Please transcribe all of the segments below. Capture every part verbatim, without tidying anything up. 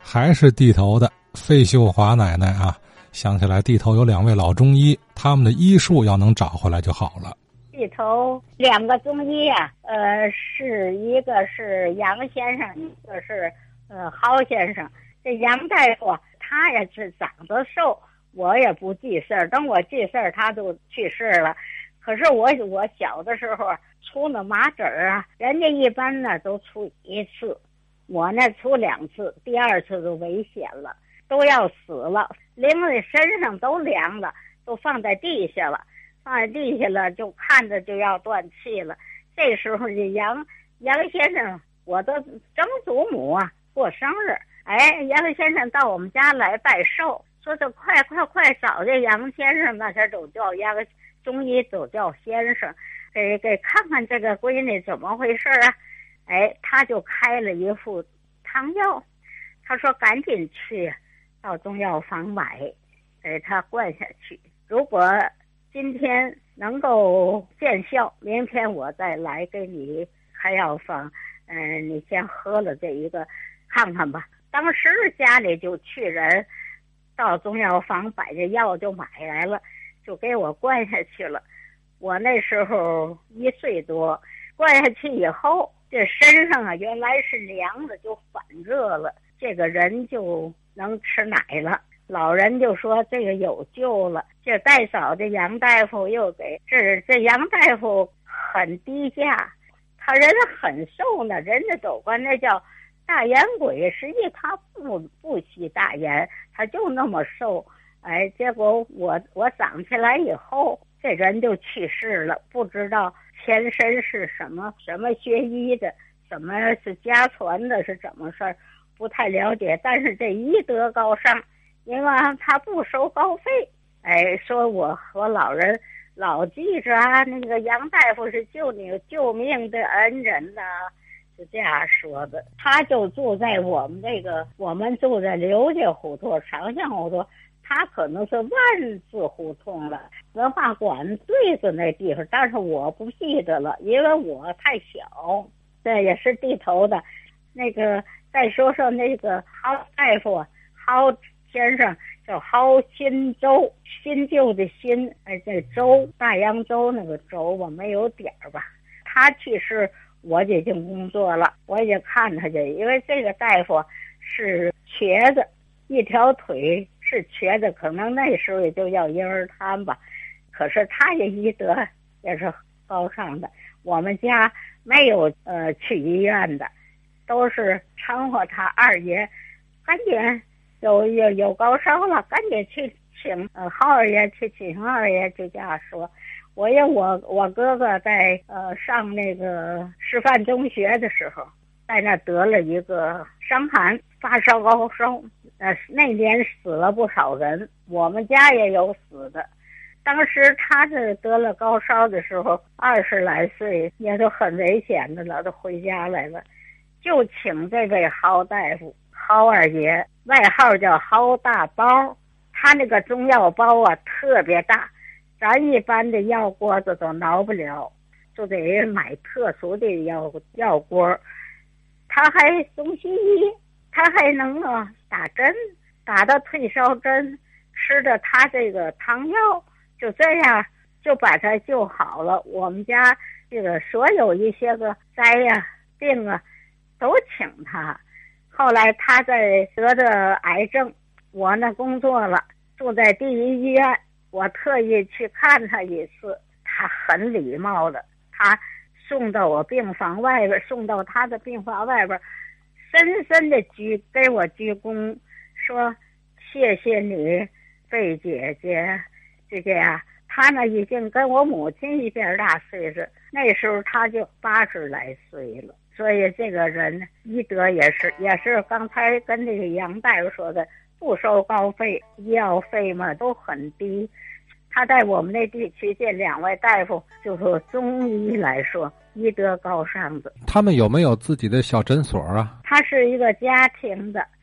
还是地头的费秀华奶奶啊，想起来地头有两位老中医，他们的医术要能找回来就好了。 地头两个中医啊，呃，是一个是杨先生，一个是呃郝先生。这杨大夫他也是长得瘦，我也不记事儿，等我记事儿他就去世了。可是我我小的时候出那麻疹儿啊，人家一般呢都出一次，我呢出两次，第二次就危险了，都要死了，淋在身上都凉了，都放在地下了，放在地下了，就看着就要断气了。这时候这杨杨先生，我的曾祖母啊过生日，哎，杨先生到我们家来拜寿，说这快快快找这杨先生，那时都叫杨中医都叫先生，给给看看这个闺女怎么回事啊？哎，他就开了一副汤药，他说赶紧去到中药房买，给他灌下去。如果今天能够见效，明天我再来给你开药方。嗯、呃，你先喝了这一个看看吧。当时家里就去人到中药房把这药就买来了，就给我灌下去了。我那时候一岁多，灌下去以后，这身上啊原来是凉的，就反热了，这个人就能吃奶了。老人就说这个有救了。这再早这杨大夫又给这这杨大夫很低价，他人很瘦呢，人家都管那叫大烟鬼，实际他不不吸大烟，他就那么瘦。哎，结果我我长起来以后，这人就去世了，不知道前身是什么什么学医的，什么是家传的，是怎么事儿，不太了解。但是这医德高尚，因为他不收高费。哎，说我和老人老记着啊，那个杨大夫是救你救命的恩人呐、啊，是这样说的。他就住在我们这个，我们住在刘家胡同、长巷胡同。他可能是万字胡同了，文化馆对着那地方，但是我不记得了，因为我太小。这也是地头的。那个再说说那个郝大夫，郝先生叫郝新洲，新旧的新，哎，这州大洋洲那个州吧，没有点儿吧。他去世，我已经工作了，我也看他去，因为这个大夫是瘸子，一条腿是瘸的，可能那时候也就要婴儿瘫吧。可是他也医德也是高尚的。我们家没有呃去医院的，都是掺和他二爷，赶紧有有有高烧了，赶紧去请呃郝二爷去请二爷，就这样说。我因我我哥哥在呃上那个师范中学的时候，在那得了一个伤寒，发烧高烧，呃那年死了不少人，我们家也有死的。当时他这得了高烧的时候，二十来岁，也都很危险的了，都回家来了，就请这位郝大夫，郝二爷，外号叫郝大包。他那个中药包啊特别大，咱一般的药锅子都挠不了，就得买特殊的药药锅。他还中西医，他还能啊打针，打到退烧针，吃的他这个汤药，就这样就把他救好了。我们家这个所有一些个灾呀、啊、病啊，都请他。后来他在得的癌症，我呢工作了，住在第一医院，我特意去看他一次，他很礼貌的，他送到我病房外边，送到他的病房外边，深深的鞠给我鞠躬，说谢谢你，贝姐姐。就这样，他呢已经跟我母亲一边大岁数，那时候他就八十来岁了。所以这个人医德也是也是刚才跟这个杨大夫说的，不收高费，医药费嘛都很低。他在我们那地区这两位大夫，就是中医来说医德高尚的。 他们有没有自己的小诊所啊？ 他是一个家庭的，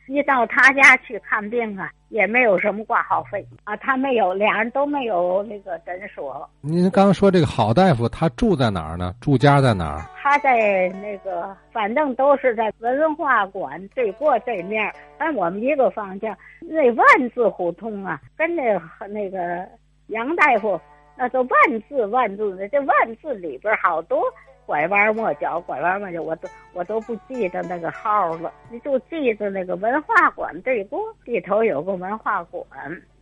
一到他家去看病啊，也没有什么挂号费啊，他没有，俩人都没有那个诊所。 您刚刚说这个郝大夫，他住在哪儿呢？住家在哪儿？ 他在那个，反正都是在文化馆对过对面，但我们一个方向。那万字胡同啊，跟那那个杨大夫那都万字万字的，这万字里边好多拐弯抹角，拐弯抹角，我都我都不记得那个号了，你就记得那个文化馆对过，里头有个文化馆。